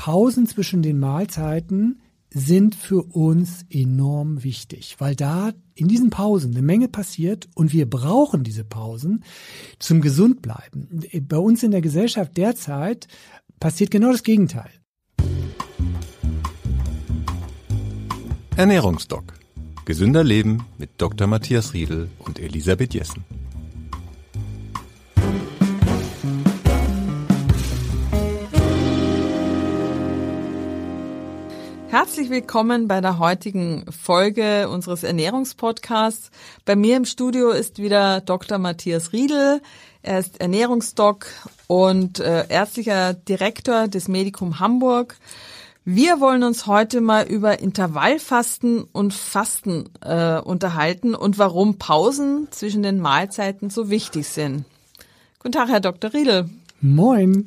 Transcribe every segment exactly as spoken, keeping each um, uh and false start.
Pausen zwischen den Mahlzeiten sind für uns enorm wichtig, weil da in diesen Pausen eine Menge passiert und wir brauchen diese Pausen zum Gesundbleiben. Bei uns in der Gesellschaft derzeit passiert genau das Gegenteil. Ernährungsdoc. Gesünder Leben mit Doktor Matthias Riedl und Elisabeth Jessen. Herzlich willkommen bei der heutigen Folge unseres Ernährungspodcasts. Bei mir im Studio ist wieder Doktor Matthias Riedl. Er ist Ernährungsdoc und äh, ärztlicher Direktor des Medikum Hamburg. Wir wollen uns heute mal über Intervallfasten und Fasten äh, unterhalten und warum Pausen zwischen den Mahlzeiten so wichtig sind. Guten Tag, Herr Doktor Riedl. Moin.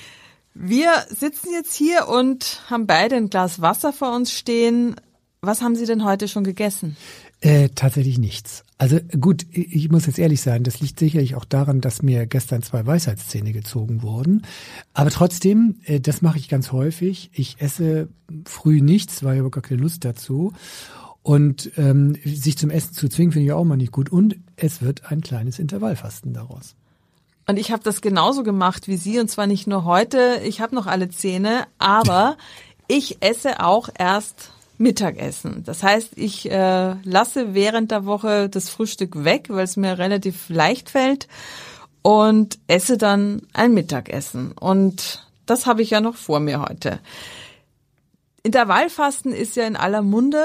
Wir sitzen jetzt hier und haben beide ein Glas Wasser vor uns stehen. Was haben Sie denn heute schon gegessen? Äh, tatsächlich nichts. Also gut, ich muss jetzt ehrlich sein, das liegt sicherlich auch daran, dass mir gestern zwei Weisheitszähne gezogen wurden. Aber trotzdem, äh, das mache ich ganz häufig. Ich esse früh nichts, weil ich habe gar keine Lust dazu. Und ähm, sich zum Essen zu zwingen, finde ich auch mal nicht gut. Und es wird ein kleines Intervallfasten daraus. Und ich habe das genauso gemacht wie Sie, und zwar nicht nur heute, ich habe noch alle Zähne, aber ich esse auch erst Mittagessen. Das heißt, ich äh, lasse während der Woche das Frühstück weg, weil es mir relativ leicht fällt, und esse dann ein Mittagessen. Und das habe ich ja noch vor mir heute. Intervallfasten ist ja in aller Munde.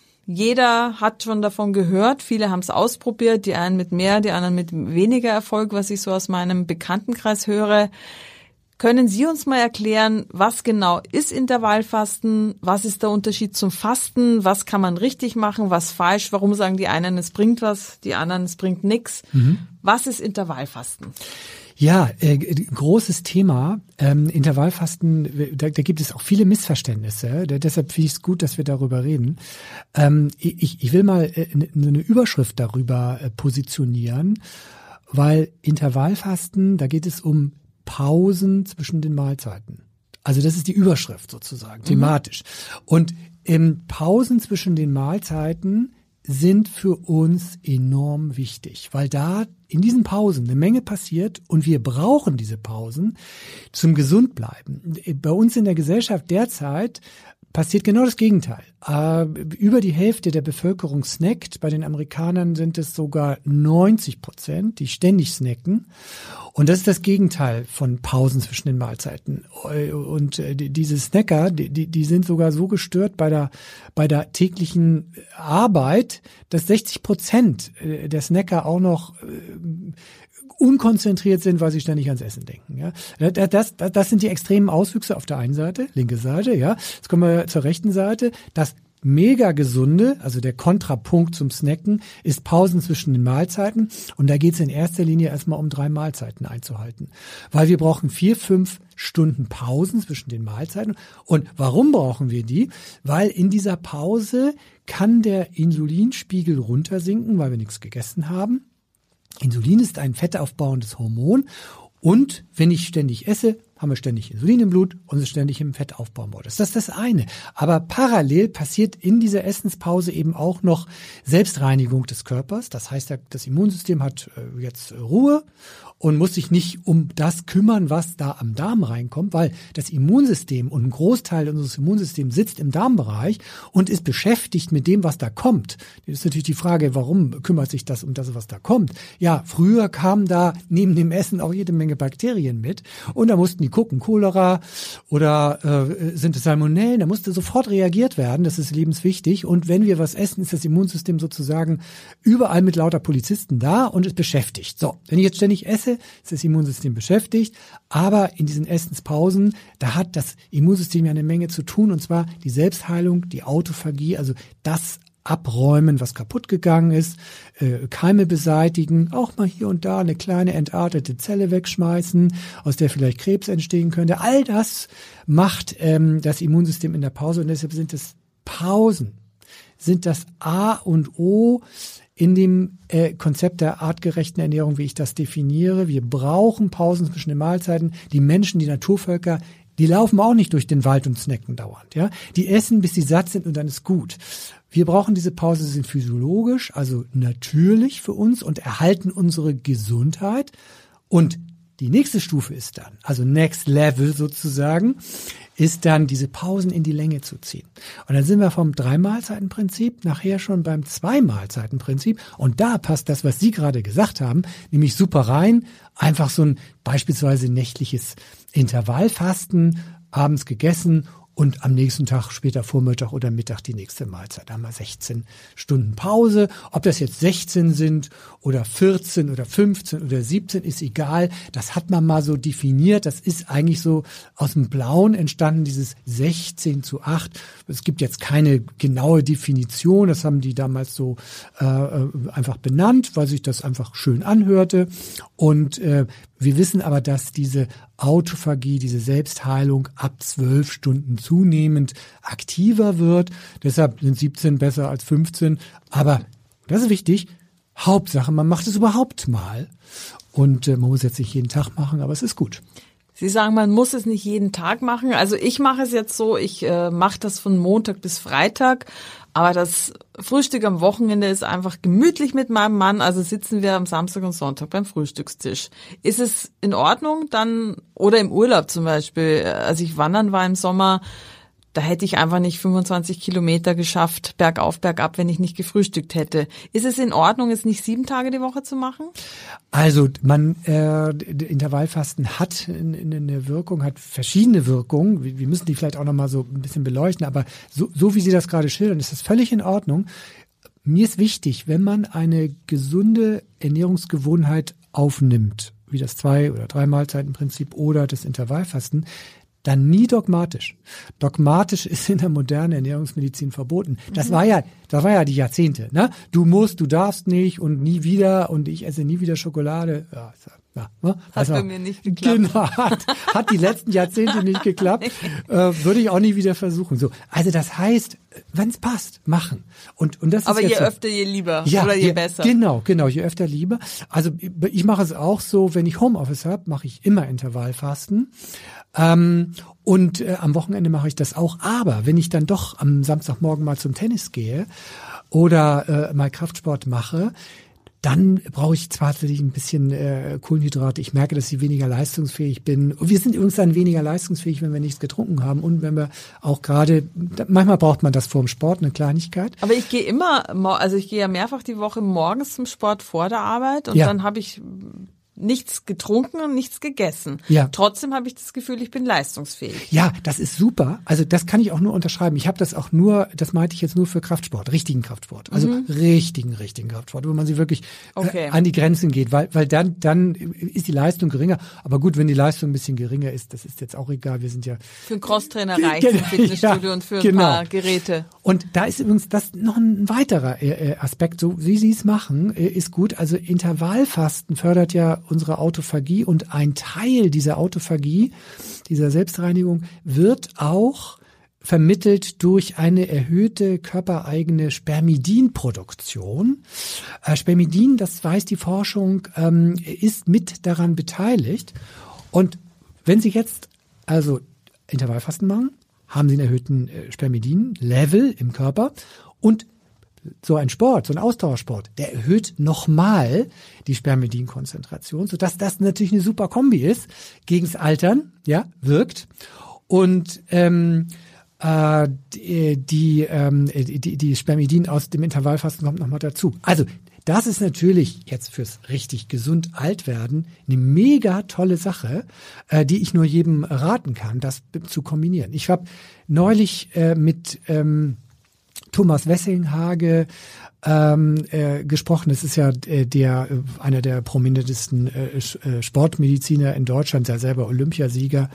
Jeder hat schon davon gehört, viele haben es ausprobiert, die einen mit mehr, die anderen mit weniger Erfolg, was ich so aus meinem Bekanntenkreis höre. Können Sie uns mal erklären, was genau ist Intervallfasten, was ist der Unterschied zum Fasten, was kann man richtig machen, was falsch, warum sagen die einen, es bringt was, die anderen, es bringt nichts. Mhm. Was ist Intervallfasten? Ja, äh, großes Thema. Ähm, Intervallfasten, da, da gibt es auch viele Missverständnisse. Da, deshalb finde ich es gut, dass wir darüber reden. Ähm, ich, ich will mal äh, eine Überschrift darüber äh, positionieren, weil Intervallfasten, da geht es um Pausen zwischen den Mahlzeiten. Also das ist die Überschrift sozusagen, mhm. thematisch. Und ähm, Pausen zwischen den Mahlzeiten sind für uns enorm wichtig, weil da in diesen Pausen eine Menge passiert und wir brauchen diese Pausen zum Gesundbleiben. Bei uns in der Gesellschaft derzeit passiert genau das Gegenteil. Äh, über die Hälfte der Bevölkerung snackt. Bei den Amerikanern sind es sogar neunzig Prozent, die ständig snacken. Und das ist das Gegenteil von Pausen zwischen den Mahlzeiten. Und äh, diese Snacker, die, die sind sogar so gestört bei der, bei der täglichen Arbeit, dass sechzig Prozent der Snacker auch noch äh, unkonzentriert sind, weil sie ständig ans Essen denken. Ja, das, das, das sind die extremen Auswüchse auf der einen Seite, linke Seite. Ja, jetzt kommen wir zur rechten Seite. Das mega gesunde, also der Kontrapunkt zum Snacken, ist Pausen zwischen den Mahlzeiten. Und da geht es in erster Linie erstmal um drei Mahlzeiten einzuhalten, weil wir brauchen vier, fünf Stunden Pausen zwischen den Mahlzeiten. Und warum brauchen wir die? Weil in dieser Pause kann der Insulinspiegel runtersinken, weil wir nichts gegessen haben. Insulin ist ein fettaufbauendes Hormon, und wenn ich ständig esse, haben wir ständig Insulin im Blut und sind ständig im Fettaufbaumodus. Das ist das eine. Aber parallel passiert in dieser Essenspause eben auch noch Selbstreinigung des Körpers. Das heißt, das Immunsystem hat jetzt Ruhe und muss sich nicht um das kümmern, was da am Darm reinkommt, weil das Immunsystem und ein Großteil unseres Immunsystems sitzt im Darmbereich und ist beschäftigt mit dem, was da kommt. Das ist natürlich die Frage, warum kümmert sich das um das, was da kommt? Ja, früher kamen da neben dem Essen auch jede Menge Bakterien mit, und da mussten die gucken, Cholera oder äh, sind es Salmonellen, da musste sofort reagiert werden, das ist lebenswichtig. Und wenn wir was essen, ist das Immunsystem sozusagen überall mit lauter Polizisten da und ist beschäftigt. So, wenn ich jetzt ständig esse, ist das Immunsystem beschäftigt, aber in diesen Essenspausen, da hat das Immunsystem ja eine Menge zu tun, und zwar die Selbstheilung, die Autophagie, also das abräumen, was kaputt gegangen ist, äh, Keime beseitigen, auch mal hier und da eine kleine entartete Zelle wegschmeißen, aus der vielleicht Krebs entstehen könnte. All das macht ähm, das Immunsystem in der Pause, und deshalb sind es Pausen, sind das A und O in dem äh, Konzept der artgerechten Ernährung, wie ich das definiere. Wir brauchen Pausen zwischen den Mahlzeiten. Die Menschen, die Naturvölker, Die laufen auch nicht durch den Wald und snacken dauernd, ja. Die essen, bis sie satt sind und dann ist gut. Wir brauchen diese Pause, sie sind physiologisch, also natürlich für uns und erhalten unsere Gesundheit. Und die nächste Stufe ist dann, also Next Level sozusagen, ist dann diese Pausen in die Länge zu ziehen. Und dann sind wir vom Drei-Mahlzeiten-Prinzip nachher schon beim Zwei-Mahlzeiten-Prinzip. Und da passt das, was Sie gerade gesagt haben, nämlich super rein. Einfach so ein beispielsweise nächtliches Intervallfasten, abends gegessen und am nächsten Tag, später Vormittag oder Mittag die nächste Mahlzeit. Da haben wir sechzehn Stunden Pause. Ob das jetzt sechzehn sind oder vierzehn oder fünfzehn oder siebzehn, ist egal. Das hat man mal so definiert. Das ist eigentlich so aus dem Blauen entstanden, dieses sechzehn zu acht. Es gibt jetzt keine genaue Definition. Das haben die damals so äh, einfach benannt, weil sich das einfach schön anhörte. Und äh, wir wissen aber, dass diese Autophagie, diese Selbstheilung ab zwölf Stunden zunehmend aktiver wird. Deshalb sind siebzehn besser als fünfzehn. Aber das ist wichtig. Hauptsache, man macht es überhaupt mal. Und äh, man muss jetzt nicht jeden Tag machen, aber es ist gut. Sie sagen, man muss es nicht jeden Tag machen. Also ich mache es jetzt so, ich äh, mache das von Montag bis Freitag. Aber das Frühstück am Wochenende ist einfach gemütlich mit meinem Mann. Also sitzen wir am Samstag und Sonntag beim Frühstückstisch. Ist es in Ordnung dann, oder im Urlaub zum Beispiel, als ich wandern war im Sommer, da hätte ich einfach nicht fünfundzwanzig Kilometer geschafft, bergauf, bergab, wenn ich nicht gefrühstückt hätte. Ist es in Ordnung, es nicht sieben Tage die Woche zu machen? Also man äh, Intervallfasten hat eine Wirkung, hat verschiedene Wirkungen. Wir müssen die vielleicht auch noch mal so ein bisschen beleuchten, aber so, so wie Sie das gerade schildern, ist das völlig in Ordnung. Mir ist wichtig, wenn man eine gesunde Ernährungsgewohnheit aufnimmt, wie das Zwei- oder Drei-Mahlzeiten-Prinzip oder das Intervallfasten, dann nie dogmatisch. Dogmatisch ist in der modernen Ernährungsmedizin verboten. Das mhm. war ja, das war ja die Jahrzehnte, ne? Du musst, du darfst nicht und nie wieder und ich esse nie wieder Schokolade. Ja, ja, ne? Hat also, bei mir nicht geklappt. Genau, hat, hat die letzten Jahrzehnte nicht geklappt. äh, würde ich auch nie wieder versuchen. So, also das heißt, wenn es passt, machen. Und und das ist aber jetzt je so, öfter, je lieber ja, oder je, je besser. Genau, genau, je öfter lieber. Also ich mache es auch so, wenn ich Homeoffice habe, mache ich immer Intervallfasten. Ähm, und äh, am Wochenende mache ich das auch. Aber wenn ich dann doch am Samstagmorgen mal zum Tennis gehe oder äh, mal Kraftsport mache, dann brauche ich zwar tatsächlich ein bisschen äh, Kohlenhydrate. Ich merke, dass ich weniger leistungsfähig bin. Und wir sind übrigens dann weniger leistungsfähig, wenn wir nichts getrunken haben und wenn wir auch gerade, manchmal braucht man das vor dem Sport, eine Kleinigkeit. Aber ich gehe immer, also ich gehe ja mehrfach die Woche morgens zum Sport vor der Arbeit und ja. dann habe ich nichts getrunken und nichts gegessen. Ja. Trotzdem habe ich das Gefühl, ich bin leistungsfähig. Ja, das ist super. Also das kann ich auch nur unterschreiben. Ich habe das auch nur, das meinte ich jetzt nur für Kraftsport, richtigen Kraftsport. Also mhm. richtigen, richtigen Kraftsport, wo man sich wirklich okay. äh, an die Grenzen geht, weil weil dann dann ist die Leistung geringer. Aber gut, wenn die Leistung ein bisschen geringer ist, das ist jetzt auch egal. Wir sind ja für einen Crosstrainer reicht im Fitnessstudio ja, und für ein genau. paar Geräte. Und da ist übrigens das noch ein weiterer äh, Aspekt, so wie Sie es machen, äh, ist gut. Also Intervallfasten fördert ja unsere Autophagie und ein Teil dieser Autophagie, dieser Selbstreinigung, wird auch vermittelt durch eine erhöhte körpereigene Spermidinproduktion. Äh, Spermidin, das weiß die Forschung, ähm, ist mit daran beteiligt. Und wenn Sie jetzt also Intervallfasten machen, haben Sie einen erhöhten äh, Spermidin-Level im Körper und so ein Sport, so ein Ausdauersport, der erhöht nochmal die Spermidin-Konzentration, sodass das natürlich eine super Kombi ist, gegens Altern, ja, wirkt. Und ähm, äh, die, die, ähm, die, die Spermidin aus dem Intervallfasten kommt nochmal dazu. Also das ist natürlich jetzt fürs richtig gesund alt werden eine mega tolle Sache, äh, die ich nur jedem raten kann, das zu kombinieren. Ich habe neulich äh, mit ähm, Thomas Wessinghage ähm, äh, gesprochen. Das ist ja äh, der äh, einer der prominentesten äh, Sportmediziner in Deutschland, der selber Olympiasieger.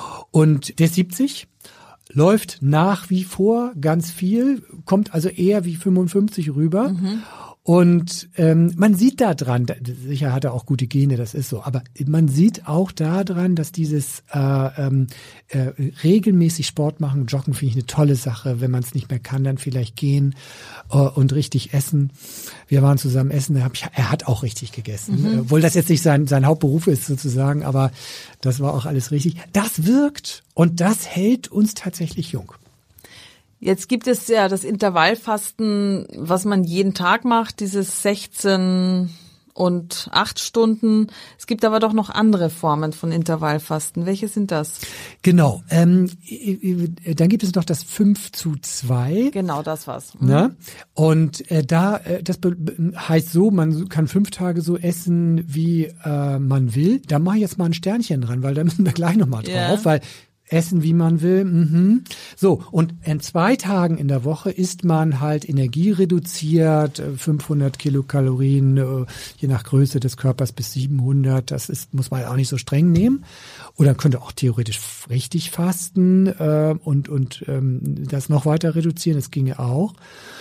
Und der ist siebzig, läuft nach wie vor ganz viel, kommt also eher wie fünfundfünfzig rüber. Mhm. Und ähm, man sieht da dran, sicher hat er auch gute Gene, das ist so, aber man sieht auch da dran, dass dieses äh, ähm, äh, regelmäßig Sport machen, Joggen finde ich eine tolle Sache. Wenn man es nicht mehr kann, dann vielleicht gehen äh, und richtig essen. Wir waren zusammen essen, da hab ich, er hat auch richtig gegessen, mhm. obwohl das jetzt nicht sein, sein Hauptberuf ist sozusagen, aber das war auch alles richtig. Das wirkt und das hält uns tatsächlich jung. Jetzt gibt es ja das Intervallfasten, was man jeden Tag macht, dieses sechzehn und acht Stunden. Es gibt aber doch noch andere Formen von Intervallfasten. Welche sind das? Genau. Ähm, dann gibt es noch das fünf zu zwei. Genau, das war's. Mhm. Na? Und äh, da, äh, das be- heißt so, man kann fünf Tage so essen, wie äh, man will. Da mache ich jetzt mal ein Sternchen dran, weil da müssen wir gleich nochmal drauf, Ja. weil essen, wie man will. Mhm. So, und in zwei Tagen in der Woche isst man halt energiereduziert, fünfhundert Kilokalorien, je nach Größe des Körpers bis siebenhundert. Das ist, muss man auch nicht so streng nehmen. Oder könnte auch theoretisch richtig fasten äh, und, und ähm, das noch weiter reduzieren. Das ginge auch.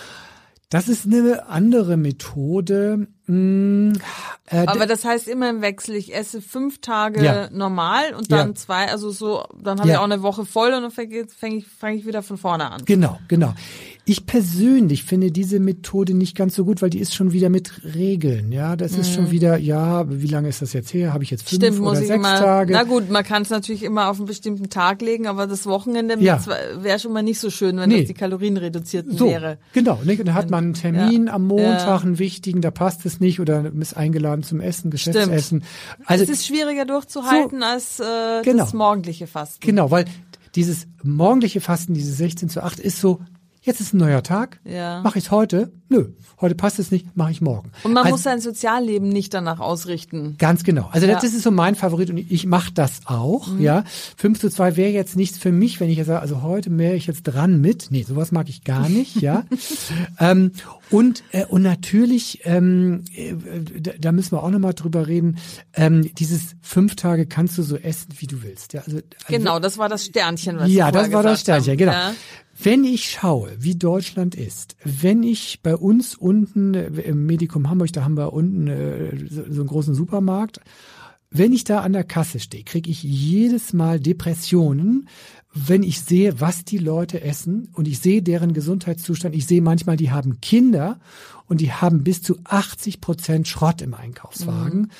Das ist eine andere Methode. Hm, äh, Aber das heißt immer im Wechsel, ich esse fünf Tage Ja. normal und dann Ja. zwei, also so, dann habe Ja. ich auch eine Woche voll und dann fange fäng ich, fang ich wieder von vorne an. Genau, genau. Ich persönlich finde diese Methode nicht ganz so gut, weil die ist schon wieder mit Regeln. Ja, das ist schon wieder, ja, wie lange ist das jetzt her? Habe ich jetzt fünf Stimmt, oder muss ich sechs immer, Tage? na gut, man kann es natürlich immer auf einen bestimmten Tag legen, aber das Wochenende Ja. wäre schon mal nicht so schön, wenn Nee. das die Kalorien reduzierten So, wäre. genau. Ne? Da hat man einen Termin Ja. am Montag, Ja. einen wichtigen, da passt es nicht oder ist eingeladen zum Essen, Geschäftsessen. Also Es ist schwieriger durchzuhalten so, als äh, genau. das morgendliche Fasten. Genau, weil dieses morgendliche Fasten, dieses sechzehn zu acht ist so, jetzt ist ein neuer Tag, Ja. mache ich es heute? Nö, heute passt es nicht, mache ich morgen. Und man also, muss sein Sozialleben nicht danach ausrichten. Ganz genau. Also Ja. das ist so mein Favorit und ich mache das auch. Mhm. Ja, fünf zu zwei wäre jetzt nichts für mich, wenn ich jetzt sage, also heute wäre ich jetzt dran mit. Nee, sowas mag ich gar nicht. Ja. ähm, und äh, und natürlich, ähm, äh, da, da müssen wir auch nochmal drüber reden. Ähm, dieses fünf Tage kannst du so essen, wie du willst. Ja, also, also Genau, das war das Sternchen, was ja, Sie vorher das war das gesagt Sternchen, haben. genau. Ja. Wenn ich schaue, wie Deutschland ist, wenn ich bei uns unten äh, im Medikum Hamburg, da haben wir unten äh, so, so einen großen Supermarkt, wenn ich da an der Kasse stehe, kriege ich jedes Mal Depressionen, wenn ich sehe, was die Leute essen und ich sehe deren Gesundheitszustand. Ich sehe manchmal, die haben Kinder und die haben bis zu achtzig Prozent Schrott im Einkaufswagen. Mhm.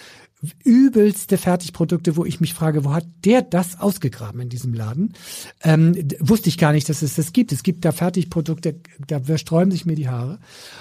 Übelste Fertigprodukte, wo ich mich frage, wo hat der das ausgegraben in diesem Laden? Ähm, wusste ich gar nicht, dass es das gibt. Es gibt da Fertigprodukte, da versträuben sich mir die Haare.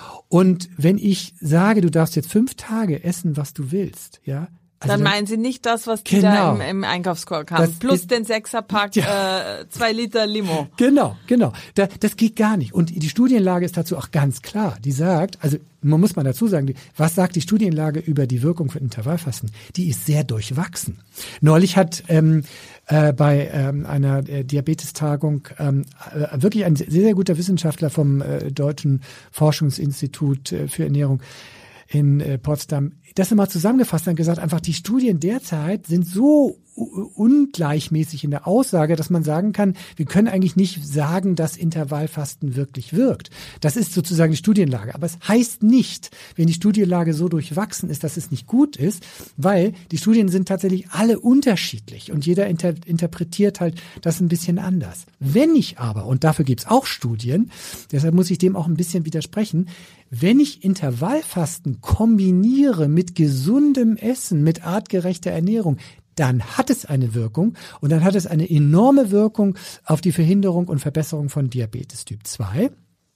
Und wenn ich sage, du darfst jetzt fünf Tage essen, was du willst, ja, also dann dann, meinen Sie nicht das, was die Genau. da im, im Einkaufskorb haben, Das plus ist- den Sechserpack, Ja. äh, zwei Liter Limo. Genau, genau. Da, das geht gar nicht. Und die Studienlage ist dazu auch ganz klar. Die sagt, also man muss mal dazu sagen, die, was sagt die Studienlage über die Wirkung von Intervallfasten? Die ist sehr durchwachsen. Neulich hat ähm, äh, bei ähm, einer äh, Diabetestagung ähm, äh, wirklich ein sehr, sehr guter Wissenschaftler vom äh, Deutschen Forschungsinstitut äh, für Ernährung in äh, Potsdam das immer zusammengefasst und gesagt, einfach die Studien derzeit sind so ungleichmäßig in der Aussage, dass man sagen kann, wir können eigentlich nicht sagen, dass Intervallfasten wirklich wirkt. Das ist sozusagen die Studienlage. Aber es heißt nicht, wenn die Studienlage so durchwachsen ist, dass es nicht gut ist, weil die Studien sind tatsächlich alle unterschiedlich und jeder inter- interpretiert halt das ein bisschen anders. Wenn ich aber, und dafür gibt's auch Studien, deshalb muss ich dem auch ein bisschen widersprechen, wenn ich Intervallfasten kombiniere mit gesundem Essen, mit artgerechter Ernährung, dann hat es eine Wirkung und dann hat es eine enorme Wirkung auf die Verhinderung und Verbesserung von Diabetes Typ zwei.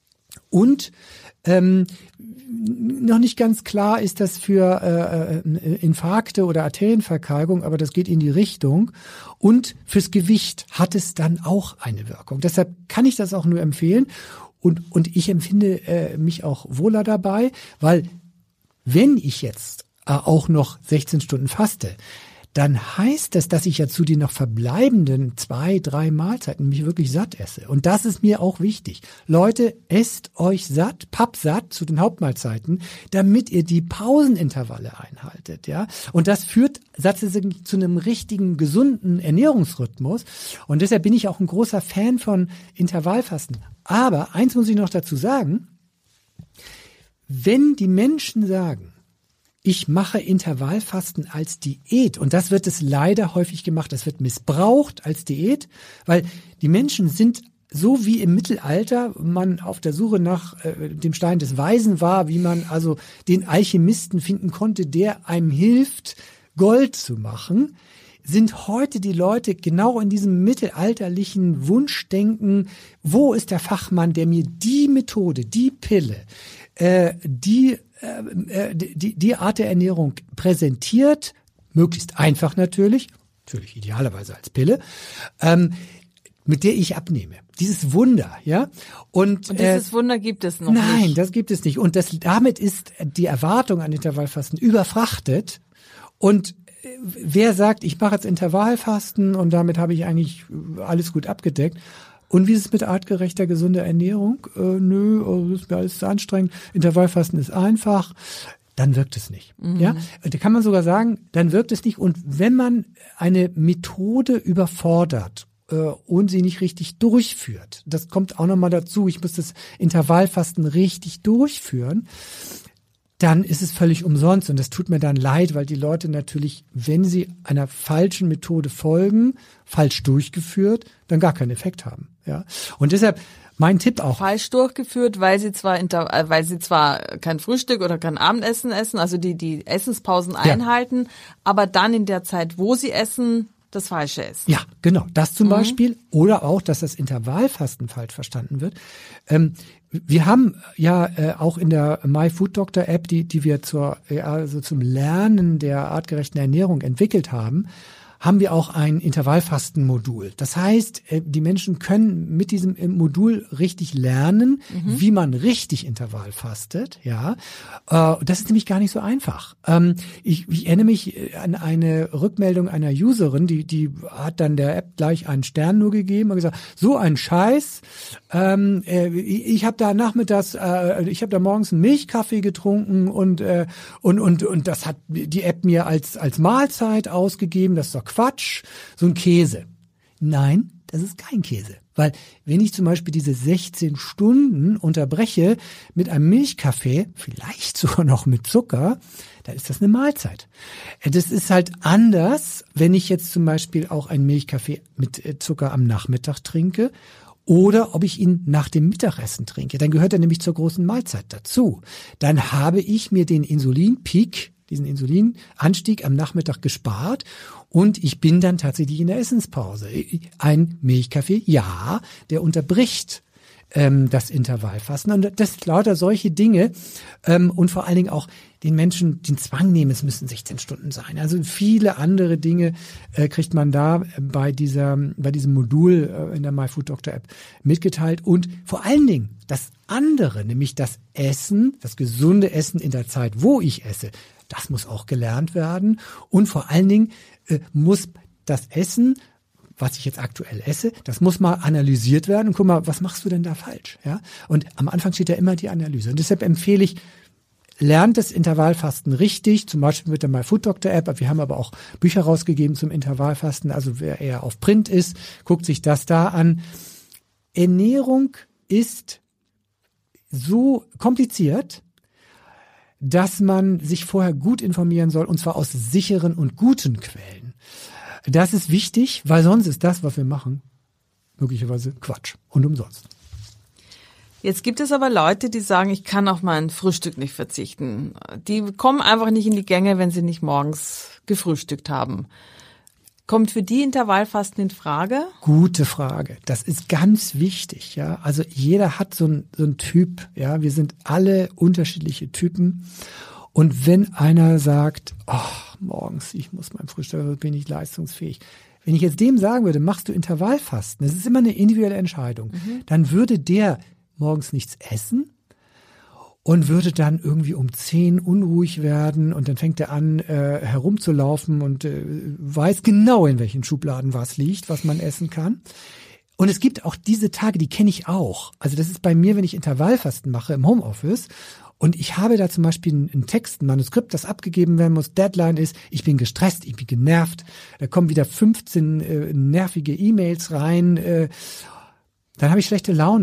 Und ähm, noch nicht ganz klar ist das für äh, Infarkte oder Arterienverkalkung, aber das geht in die Richtung. Und fürs Gewicht hat es dann auch eine Wirkung. Deshalb kann ich das auch nur empfehlen. Und, und ich empfinde äh, mich auch wohler dabei, weil wenn ich jetzt äh, auch noch sechzehn Stunden faste, dann heißt das, dass ich ja zu den noch verbleibenden zwei, drei Mahlzeiten mich wirklich satt esse. Und das ist mir auch wichtig. Leute, esst euch satt, pappsatt zu den Hauptmahlzeiten, damit ihr die Pausenintervalle einhaltet, ja. Und das führt tatsächlich zu einem richtigen, gesunden Ernährungsrhythmus. Und deshalb bin ich auch ein großer Fan von Intervallfasten. Aber eins muss ich noch dazu sagen: wenn die Menschen sagen, ich mache Intervallfasten als Diät, und das wird es leider häufig gemacht, das wird missbraucht als Diät, weil die Menschen sind so wie im Mittelalter man auf der Suche nach äh, dem Stein des Weisen war, wie man also den Alchemisten finden konnte, der einem hilft, Gold zu machen, sind heute die Leute genau in diesem mittelalterlichen Wunschdenken, wo ist der Fachmann, der mir die Methode, die Pille, äh, die, äh, die, die Art der Ernährung präsentiert, möglichst einfach natürlich, natürlich idealerweise als Pille, ähm, mit der ich abnehme. Dieses Wunder, ja. Und, und dieses äh, Wunder gibt es noch nein, nicht. Nein, das gibt es nicht. Und das, damit ist die Erwartung an Intervallfasten überfrachtet. Und wer sagt, ich mache jetzt Intervallfasten und damit habe ich eigentlich alles gut abgedeckt. Und wie ist es mit artgerechter, gesunder Ernährung? Äh, nö, oh, das ist mir alles zu anstrengend. Intervallfasten ist einfach. Dann wirkt es nicht. Mhm. Ja, da kann man sogar sagen, dann wirkt es nicht. Und wenn man eine Methode überfordert und sie nicht richtig durchführt, das kommt auch nochmal dazu, ich muss das Intervallfasten richtig durchführen, dann ist es völlig umsonst. Und das tut mir dann leid, weil die Leute natürlich, wenn sie einer falschen Methode folgen, falsch durchgeführt, dann gar keinen Effekt haben. Ja, und deshalb mein Tipp auch. Falsch durchgeführt, weil sie zwar inter, weil sie zwar kein Frühstück oder kein Abendessen essen, also die die Essenspausen ja. einhalten, aber dann in der Zeit, wo sie essen, das Falsche ist. Ja, genau. Das zum mhm. Beispiel. Oder auch, dass das Intervallfasten falsch verstanden wird. Ähm, wir haben ja äh, auch in der MyFoodDoctor-App, die die wir zur äh, also zum Lernen der artgerechten Ernährung entwickelt haben, haben wir auch ein Intervallfastenmodul. Das heißt, die Menschen können mit diesem Modul richtig lernen, mhm. wie man richtig Intervall fastet. Ja, das ist nämlich gar nicht so einfach. Ich, ich erinnere mich an eine Rückmeldung einer Userin, die die hat dann der App gleich einen Stern nur gegeben und gesagt, so ein Scheiß. Ich habe da nachmittags, ich habe da morgens einen Milchkaffee getrunken und und und und das hat die App mir als als Mahlzeit ausgegeben. Das ist doch Quatsch, so ein Käse. Nein, das ist kein Käse. Weil wenn ich zum Beispiel diese sechzehn Stunden unterbreche mit einem Milchkaffee, vielleicht sogar noch mit Zucker, dann ist das eine Mahlzeit. Das ist halt anders, wenn ich jetzt zum Beispiel auch einen Milchkaffee mit Zucker am Nachmittag trinke oder ob ich ihn nach dem Mittagessen trinke. Dann gehört er nämlich zur großen Mahlzeit dazu. Dann habe ich mir den Insulinpeak, diesen Insulinanstieg am Nachmittag gespart und ich bin dann tatsächlich in der Essenspause. Ein Milchkaffee, ja, der unterbricht ähm, das Intervallfasten. Und das sind lauter solche Dinge ähm, und vor allen Dingen auch den Menschen den Zwang nehmen, es müssen sechzehn Stunden sein. Also viele andere Dinge äh, kriegt man da bei dieser, bei diesem Modul äh, in der MyFoodDoctor-App mitgeteilt. Und vor allen Dingen das andere, nämlich das Essen, das gesunde Essen in der Zeit, wo ich esse, das muss auch gelernt werden. Und vor allen Dingen äh, muss das Essen, was ich jetzt aktuell esse, das muss mal analysiert werden. Und guck mal, was machst du denn da falsch? Ja? Und am Anfang steht ja immer die Analyse. Und deshalb empfehle ich, lernt das Intervallfasten richtig, zum Beispiel mit der MyFoodDoctor-App. Wir haben aber auch Bücher rausgegeben zum Intervallfasten. Also wer eher auf Print ist, guckt sich das da an. Ernährung ist so kompliziert, dass man sich vorher gut informieren soll, und zwar aus sicheren und guten Quellen. Das ist wichtig, weil sonst ist das, was wir machen, möglicherweise Quatsch und umsonst. Jetzt gibt es aber Leute, die sagen, ich kann auf mein Frühstück nicht verzichten. Die kommen einfach nicht in die Gänge, wenn sie nicht morgens gefrühstückt haben. Kommt für die Intervallfasten in Frage? Gute Frage. Das ist ganz wichtig, ja. Also jeder hat so einen so einen Typ, ja. Wir sind alle unterschiedliche Typen. Und wenn einer sagt, ach, morgens, ich muss mein Frühstück, bin ich leistungsfähig. Wenn ich jetzt dem sagen würde, machst du Intervallfasten, das ist immer eine individuelle Entscheidung, mhm. dann würde der morgens nichts essen und würde dann irgendwie um zehn unruhig werden und dann fängt er an, äh, herumzulaufen und äh, weiß genau, in welchen Schubladen was liegt, was man essen kann. Und es gibt auch diese Tage, die kenne ich auch. Also das ist bei mir, wenn ich Intervallfasten mache im Homeoffice und ich habe da zum Beispiel einen Text, ein Manuskript, das abgegeben werden muss, Deadline ist, ich bin gestresst, ich bin genervt, da kommen wieder fünfzehn äh, nervige E-Mails rein, äh, dann habe ich schlechte Laune.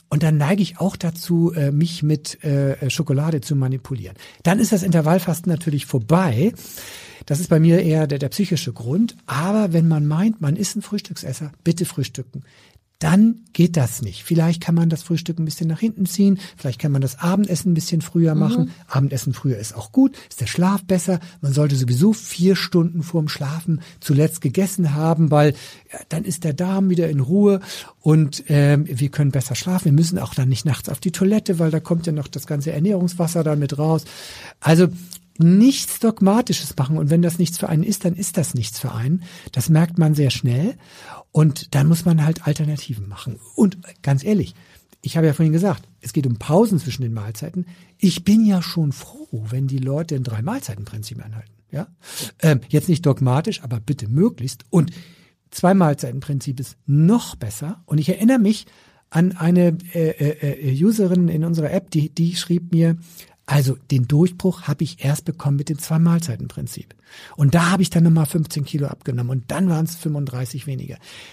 Und dann neige ich auch dazu, äh, mich mit äh, Schokolade zu manipulieren. Dann ist das Intervallfasten natürlich vorbei. Das ist bei mir eher der, der psychische Grund. Aber wenn man meint, man ist ein Frühstücksesser, bitte frühstücken. Dann geht das nicht. Vielleicht kann man das Frühstück ein bisschen nach hinten ziehen. Vielleicht kann man das Abendessen ein bisschen früher machen. Mhm. Abendessen früher ist auch gut. Ist der Schlaf besser. Man sollte sowieso vier Stunden vorm Schlafen zuletzt gegessen haben, weil ja, dann ist der Darm wieder in Ruhe und ähm, wir können besser schlafen. Wir müssen auch dann nicht nachts auf die Toilette, weil da kommt ja noch das ganze Ernährungswasser dann mit raus. Also nichts Dogmatisches machen. Und wenn das nichts für einen ist, dann ist das nichts für einen. Das merkt man sehr schnell. Und dann muss man halt Alternativen machen. Und ganz ehrlich, ich habe ja vorhin gesagt, es geht um Pausen zwischen den Mahlzeiten. Ich bin ja schon froh, wenn die Leute ein Drei-Mahlzeiten-Prinzip einhalten. Ja, ähm, jetzt nicht dogmatisch, aber bitte möglichst. Und Zwei-Mahlzeiten-Prinzip ist noch besser. Und ich erinnere mich an eine äh, äh, Userin in unserer App, die, die schrieb mir, also den Durchbruch habe ich erst bekommen mit dem Zwei-Mahlzeiten-Prinzip. Und da habe ich dann nochmal fünfzehn Kilo abgenommen und dann waren es fünfunddreißig weniger.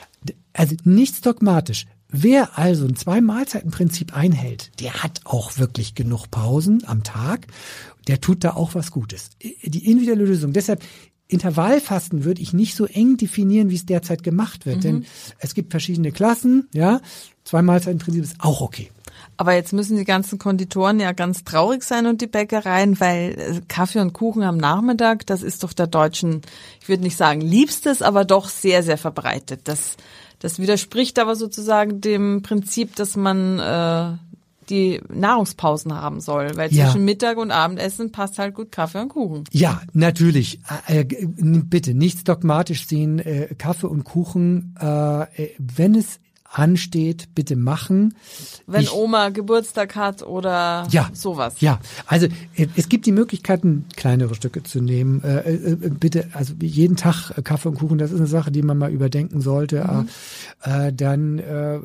Also nichts dogmatisch. Wer also ein Zwei-Mahlzeiten-Prinzip einhält, der hat auch wirklich genug Pausen am Tag. Der tut da auch was Gutes. Die individuelle Lösung. Deshalb Intervallfasten würde ich nicht so eng definieren, wie es derzeit gemacht wird. Mhm. Denn es gibt verschiedene Klassen. Ja, Zwei-Mahlzeiten-Prinzip ist auch okay. Aber jetzt müssen die ganzen Konditoren ja ganz traurig sein und die Bäckereien, weil Kaffee und Kuchen am Nachmittag, das ist doch der Deutschen, ich würde nicht sagen liebstes, aber doch sehr, sehr verbreitet. Das, das widerspricht aber sozusagen dem Prinzip, dass man äh, die Nahrungspausen haben soll, weil ja. zwischen Mittag und Abendessen passt halt gut Kaffee und Kuchen. Ja, natürlich. Äh, bitte nichts dogmatisch sehen. Äh, Kaffee und Kuchen, äh, wenn es ansteht, bitte machen. Wenn ich, Oma Geburtstag hat oder ja, sowas. Ja, also es gibt die Möglichkeiten, kleinere Stücke zu nehmen. Äh, äh, bitte, also jeden Tag Kaffee und Kuchen, das ist eine Sache, die man mal überdenken sollte. Mhm. Äh, dann äh,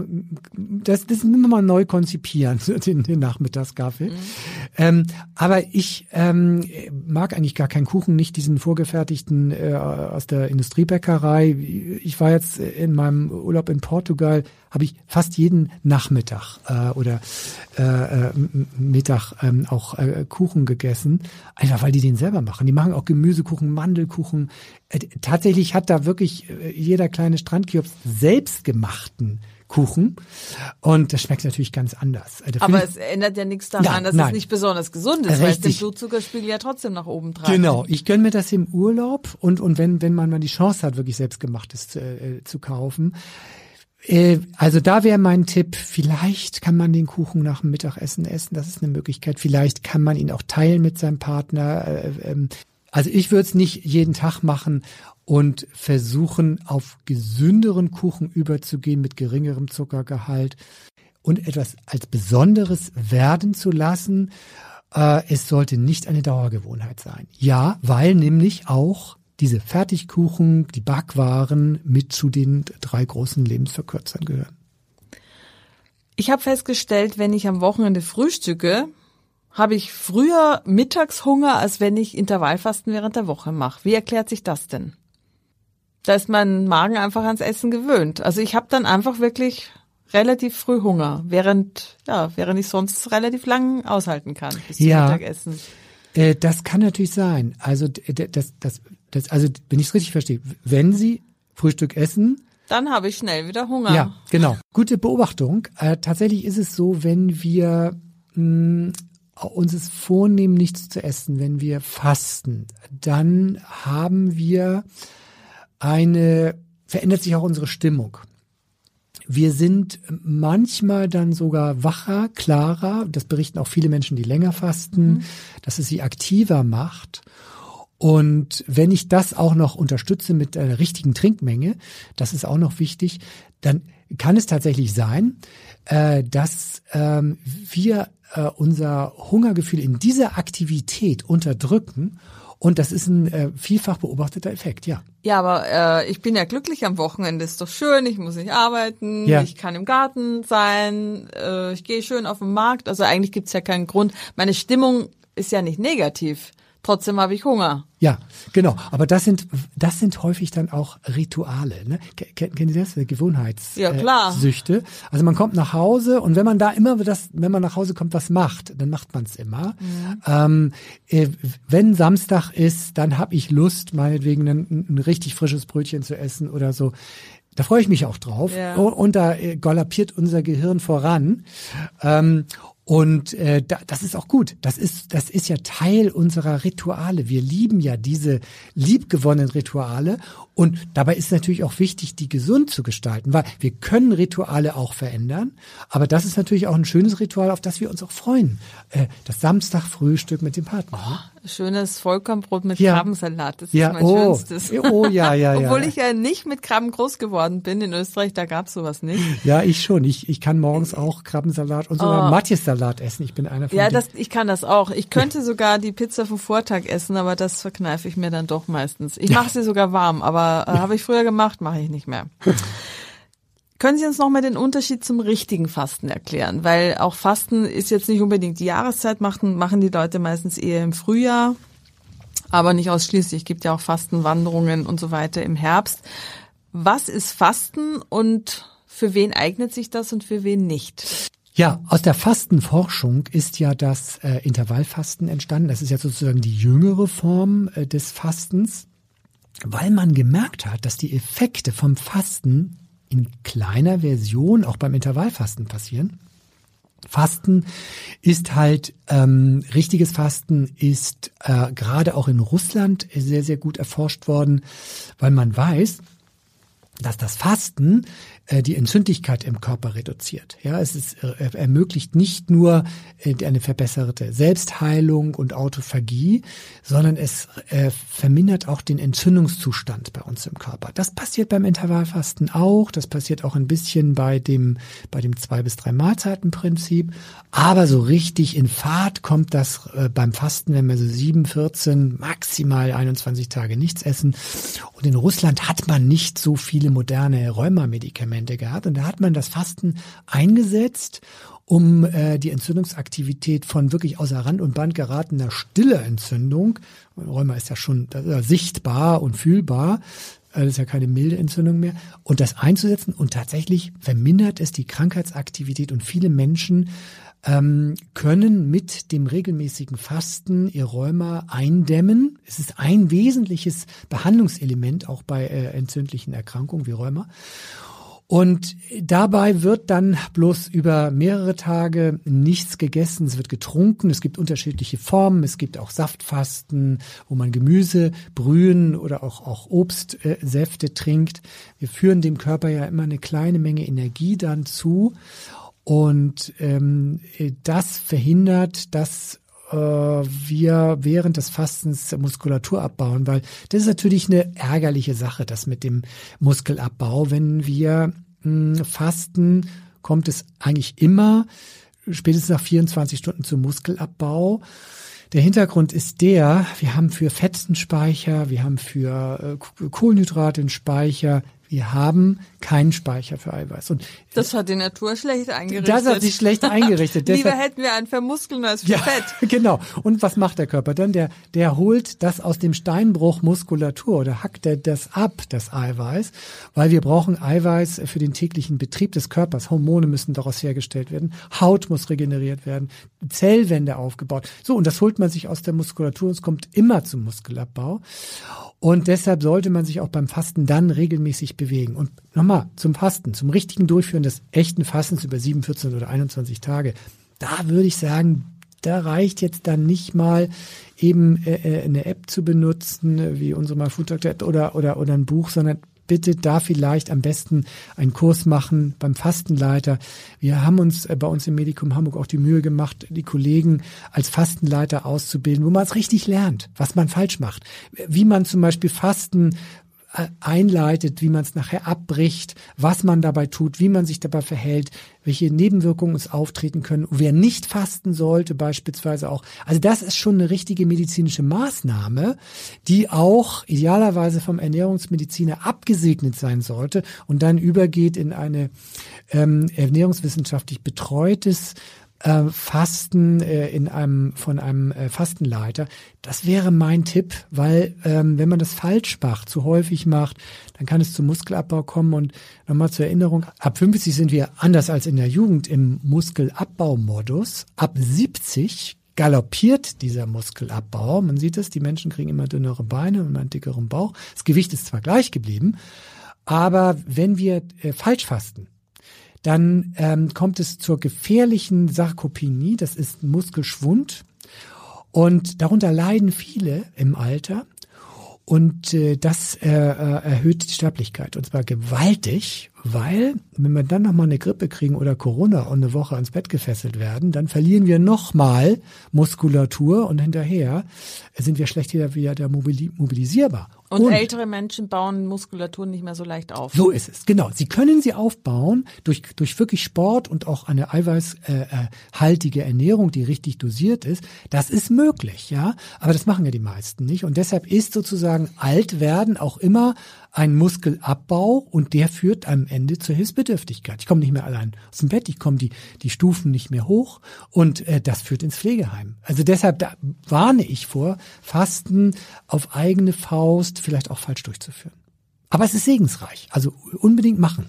das, das müssen wir mal neu konzipieren, den, den Nachmittagskaffee. Mhm. Ähm, aber ich ähm, mag eigentlich gar keinen Kuchen, nicht diesen vorgefertigten äh, aus der Industriebäckerei. Ich war jetzt in meinem Urlaub in Portugal, habe ich fast jeden Nachmittag äh, oder äh, Mittag ähm, auch äh, Kuchen gegessen, einfach weil die den selber machen. Die machen auch Gemüsekuchen, Mandelkuchen. Äh, tatsächlich hat da wirklich äh, jeder kleine Strandkiosk selbstgemachten Kuchen und das schmeckt natürlich ganz anders. Also aber es ändert ja nichts daran, ja, dass nein. es nicht besonders gesund ist, Richtig. weil es den Blutzuckerspiegel ja trotzdem nach oben treibt. Genau, ich gönne mir das im Urlaub und und wenn wenn man mal die Chance hat, wirklich selbstgemachtes äh, zu kaufen. Also da wäre mein Tipp, vielleicht kann man den Kuchen nach dem Mittagessen essen, das ist eine Möglichkeit. Vielleicht kann man ihn auch teilen mit seinem Partner. Also ich würde es nicht jeden Tag machen und versuchen, auf gesünderen Kuchen überzugehen mit geringerem Zuckergehalt und etwas als Besonderes werden zu lassen. Es sollte nicht eine Dauergewohnheit sein. Ja, weil nämlich auch diese Fertigkuchen, die Backwaren mit zu den drei großen Lebensverkürzern gehören. Ich habe festgestellt, wenn ich am Wochenende frühstücke, habe ich früher Mittagshunger, als wenn ich Intervallfasten während der Woche mache. Wie erklärt sich das denn? Da ist mein Magen einfach ans Essen gewöhnt. Also ich habe dann einfach wirklich relativ früh Hunger, während ja, während ich sonst relativ lang aushalten kann bis zum ja, Mittagessen. Äh, das kann natürlich sein. Also das, das, das, also wenn ich es richtig verstehe, wenn Sie Frühstück essen, dann habe ich schnell wieder Hunger. Ja, genau. Gute Beobachtung. Äh, tatsächlich ist es so, wenn wir mh, uns es vornehmen, nichts zu essen, wenn wir fasten, dann haben wir eine, verändert sich auch unsere Stimmung. Wir sind manchmal dann sogar wacher, klarer. Das berichten auch viele Menschen, die länger fasten, mhm. dass es sie aktiver macht. Und wenn ich das auch noch unterstütze mit einer richtigen Trinkmenge, das ist auch noch wichtig, dann kann es tatsächlich sein, äh, dass ähm, wir äh, unser Hungergefühl in dieser Aktivität unterdrücken. Und das ist ein äh, vielfach beobachteter Effekt, ja. Ja, aber äh, ich bin ja glücklich am Wochenende, ist doch schön, ich muss nicht arbeiten, ja. Ich kann im Garten sein, äh, ich gehe schön auf den Markt. Also eigentlich gibt's ja keinen Grund. Meine Stimmung ist ja nicht negativ Trotzdem habe ich Hunger. Ja, genau. Aber das sind das sind häufig dann auch Rituale. Ne? Kennen, kennen Sie das? Gewohnheitssüchte. Ja, klar. Äh, also man kommt nach Hause und wenn man da immer das, wenn man nach Hause kommt, was macht, dann macht man es immer. Mhm. Ähm, äh, wenn Samstag ist, dann habe ich Lust, meinetwegen ein, ein richtig frisches Brötchen zu essen oder so. Da freue ich mich auch drauf. Ja. Und da äh, galoppiert unser Gehirn voran. Ähm, Und äh, da, das ist auch gut. Das ist das ist ja Teil unserer Rituale. Wir lieben ja diese liebgewonnenen Rituale. Und dabei ist natürlich auch wichtig, die gesund zu gestalten, weil wir können Rituale auch verändern. Aber das ist natürlich auch ein schönes Ritual, auf das wir uns auch freuen. Äh, das Samstagfrühstück mit dem Partner. Oh, schönes Vollkornbrot mit ja. Krabbensalat. Das ja. ist mein oh. Schönstes. Oh ja, ja, ja. Obwohl ich ja nicht mit Krabben groß geworden bin. In Österreich, da gab's sowas nicht. Ja, ich schon. Ich ich kann morgens auch Krabbensalat und sogar oh. Matjessalat essen. Ich bin einer von Ja, denen. das, ich kann das auch. Ich könnte sogar die Pizza vom Vortag essen, aber das verkneife ich mir dann doch meistens. Ich Ja. mache sie sogar warm, aber äh, Ja. habe ich früher gemacht, mache ich nicht mehr. Können Sie uns noch mal den Unterschied zum richtigen Fasten erklären? Weil auch Fasten ist jetzt nicht unbedingt die Jahreszeit, machen, machen die Leute meistens eher im Frühjahr, aber nicht ausschließlich. Es gibt ja auch Fastenwanderungen und so weiter im Herbst. Was ist Fasten und für wen eignet sich das und für wen nicht? Ja, aus der Fastenforschung ist ja das äh, Intervallfasten entstanden. Das ist ja sozusagen die jüngere Form äh, des Fastens, weil man gemerkt hat, dass die Effekte vom Fasten in kleiner Version auch beim Intervallfasten passieren. Fasten ist halt, ähm, richtiges Fasten ist äh, gerade auch in Russland sehr, sehr gut erforscht worden, weil man weiß, dass das Fasten äh, die Entzündlichkeit im Körper reduziert. Ja, es ist, äh, ermöglicht nicht nur äh, eine verbesserte Selbstheilung und Autophagie, sondern es äh, vermindert auch den Entzündungszustand bei uns im Körper. Das passiert beim Intervallfasten auch. Das passiert auch ein bisschen bei dem bei dem zwei bis drei Mahlzeitenprinzip. Aber so richtig in Fahrt kommt das äh, beim Fasten, wenn wir so sieben, vierzehn, maximal einundzwanzig Tage nichts essen. Und in Russland hat man nicht so viele moderne Rheumamedikamente gehabt. Und da hat man das Fasten eingesetzt, um äh, die Entzündungsaktivität von wirklich außer Rand und Band geratener stiller Entzündung, Rheuma ist ja schon das ist ja sichtbar und fühlbar, äh, das ist ja keine milde Entzündung mehr, und das einzusetzen. Und tatsächlich vermindert es die Krankheitsaktivität und viele Menschen ähm, können mit dem regelmäßigen Fasten ihr Rheuma eindämmen. Es ist ein wesentliches Behandlungselement auch bei äh, entzündlichen Erkrankungen wie Rheuma. Und dabei wird dann bloß über mehrere Tage nichts gegessen, es wird getrunken, es gibt unterschiedliche Formen, es gibt auch Saftfasten, wo man Gemüse, Brühen oder auch, auch Obstsäfte äh, trinkt. Wir führen dem Körper ja immer eine kleine Menge Energie dann zu. Und ähm, das verhindert, dass äh, wir während des Fastens Muskulatur abbauen, weil das ist natürlich eine ärgerliche Sache, das mit dem Muskelabbau. Wenn wir mh, fasten, kommt es eigentlich immer spätestens nach vierundzwanzig Stunden zum Muskelabbau. Der Hintergrund ist der, wir haben für Fett einen Speicher, wir haben für äh, Kohlenhydrate einen Speicher, wir haben keinen Speicher für Eiweiß. Und das hat die Natur schlecht eingerichtet. Das hat sie schlecht eingerichtet. Lieber Deshalb, hätten wir einen für Muskeln als für ja, Fett. Genau. Und was macht der Körper dann? Der, der holt das aus dem Steinbruch Muskulatur oder hackt er das ab, das Eiweiß, weil wir brauchen Eiweiß für den täglichen Betrieb des Körpers. Hormone müssen daraus hergestellt werden. Haut muss regeneriert werden. Zellwände aufgebaut. So, und das holt man sich aus der Muskulatur und es kommt immer zum Muskelabbau. Und deshalb sollte man sich auch beim Fasten dann regelmäßig bewegen. Und nochmal zum Fasten, zum richtigen Durchführen des echten Fastens über sieben, vierzehn oder einundzwanzig Tage. Da würde ich sagen, da reicht jetzt dann nicht mal eben äh, eine App zu benutzen, wie unsere MyFoodTalk oder, oder, oder ein Buch, sondern bitte da vielleicht am besten einen Kurs machen beim Fastenleiter. Wir haben uns bei uns im Medikum Hamburg auch die Mühe gemacht, die Kollegen als Fastenleiter auszubilden, wo man es richtig lernt, was man falsch macht. Wie man zum Beispiel Fasten einleitet, wie man es nachher abbricht, was man dabei tut, wie man sich dabei verhält, welche Nebenwirkungen es auftreten können, wer nicht fasten sollte beispielsweise auch. Also das ist schon eine richtige medizinische Maßnahme, die auch idealerweise vom Ernährungsmediziner abgesegnet sein sollte und dann übergeht in eine ähm, ernährungswissenschaftlich betreutes äh, Fasten äh, in einem von einem äh, Fastenleiter. Das wäre mein Tipp, weil ähm, wenn man das falsch macht, zu häufig macht, dann kann es zum Muskelabbau kommen. Und nochmal zur Erinnerung, ab fünfzig sind wir anders als in der Jugend im Muskelabbau-Modus. Ab siebzig galoppiert dieser Muskelabbau. Man sieht es, die Menschen kriegen immer dünnere Beine und immer einen dickeren Bauch. Das Gewicht ist zwar gleich geblieben, aber wenn wir äh, falsch fasten, dann ähm, kommt es zur gefährlichen Sarkopenie, das ist Muskelschwund. Und darunter leiden viele im Alter. Und äh, das äh, erhöht die Sterblichkeit, und zwar gewaltig, weil, wenn wir dann nochmal eine Grippe kriegen oder Corona und eine Woche ans Bett gefesselt werden, dann verlieren wir nochmal Muskulatur und hinterher sind wir schlecht wieder, wieder mobilisierbar. Und, und ältere Menschen bauen Muskulatur nicht mehr so leicht auf. So ist es, genau. Sie können sie aufbauen durch durch wirklich Sport und auch eine eiweißhaltige äh, Ernährung, die richtig dosiert ist. Das ist möglich, ja. Aber das machen ja die meisten nicht. Und deshalb ist sozusagen Altwerden auch immer ein Muskelabbau, und der führt am Ende zur Hilfsbedürftigkeit. Ich komme nicht mehr allein aus dem Bett, ich komme die die Stufen nicht mehr hoch, und äh, das führt ins Pflegeheim. Also deshalb da warne ich vor, Fasten auf eigene Faust vielleicht auch falsch durchzuführen. Aber es ist segensreich, also unbedingt machen.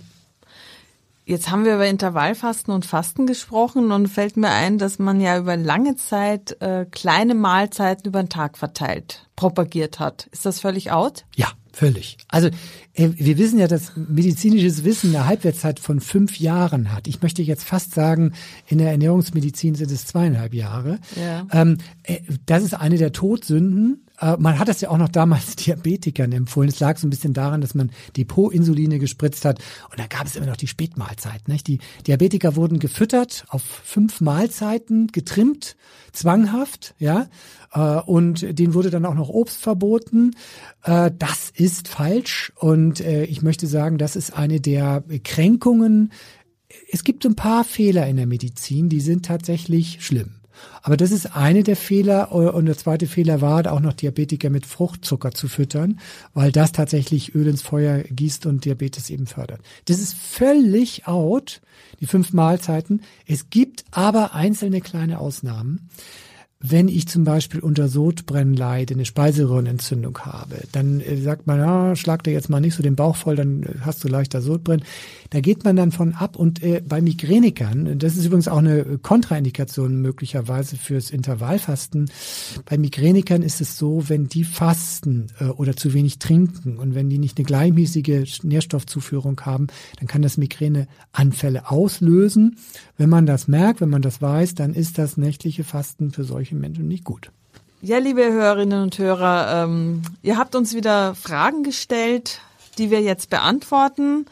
Jetzt haben wir über Intervallfasten und Fasten gesprochen, und fällt mir ein, dass man ja über lange Zeit äh, kleine Mahlzeiten über den Tag verteilt propagiert hat. Ist das völlig out? Ja, völlig. Also äh, wir wissen ja, dass medizinisches Wissen eine Halbwertszeit von fünf Jahren hat. Ich möchte jetzt fast sagen, in der Ernährungsmedizin sind es zweieinhalb Jahre. Ja. Ähm, äh, das ist eine der Todsünden. Äh, man hat das ja auch noch damals Diabetikern empfohlen. Es lag so ein bisschen daran, dass man Depotinsuline gespritzt hat, und da gab es immer noch die Spätmahlzeit. Nicht? Die Diabetiker wurden gefüttert, auf fünf Mahlzeiten getrimmt, zwanghaft, ja, äh, und denen wurde dann auch noch Obst verboten. Äh, das ist falsch, und äh, ich möchte sagen, das ist eine der Kränkungen. Es gibt so ein paar Fehler in der Medizin, die sind tatsächlich schlimm. Aber das ist eine der Fehler, und der zweite Fehler war, auch noch Diabetiker mit Fruchtzucker zu füttern, weil das tatsächlich Öl ins Feuer gießt und Diabetes eben fördert. Das ist völlig out, die fünf Mahlzeiten. Es gibt aber einzelne kleine Ausnahmen. Wenn ich zum Beispiel unter Sodbrennen leide, eine Speiseröhrenentzündung habe, dann äh, sagt man, ja, schlag dir jetzt mal nicht so den Bauch voll, dann äh, hast du leichter Sodbrennen. Da geht man dann von ab, und äh, bei Migränikern, das ist übrigens auch eine Kontraindikation möglicherweise fürs Intervallfasten, bei Migränikern ist es so, wenn die fasten äh, oder zu wenig trinken und wenn die nicht eine gleichmäßige Nährstoffzuführung haben, dann kann das Migräneanfälle auslösen. Wenn man das merkt, wenn man das weiß, dann ist das nächtliche Fasten für solche Menschen nicht gut. Ja, liebe Hörerinnen und Hörer, ähm, ihr habt uns wieder Fragen gestellt, die wir jetzt beantworten.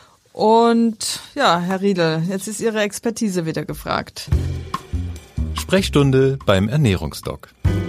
Und ja, Herr Riedel, jetzt ist Ihre Expertise wieder gefragt. Sprechstunde beim Ernährungsdoc.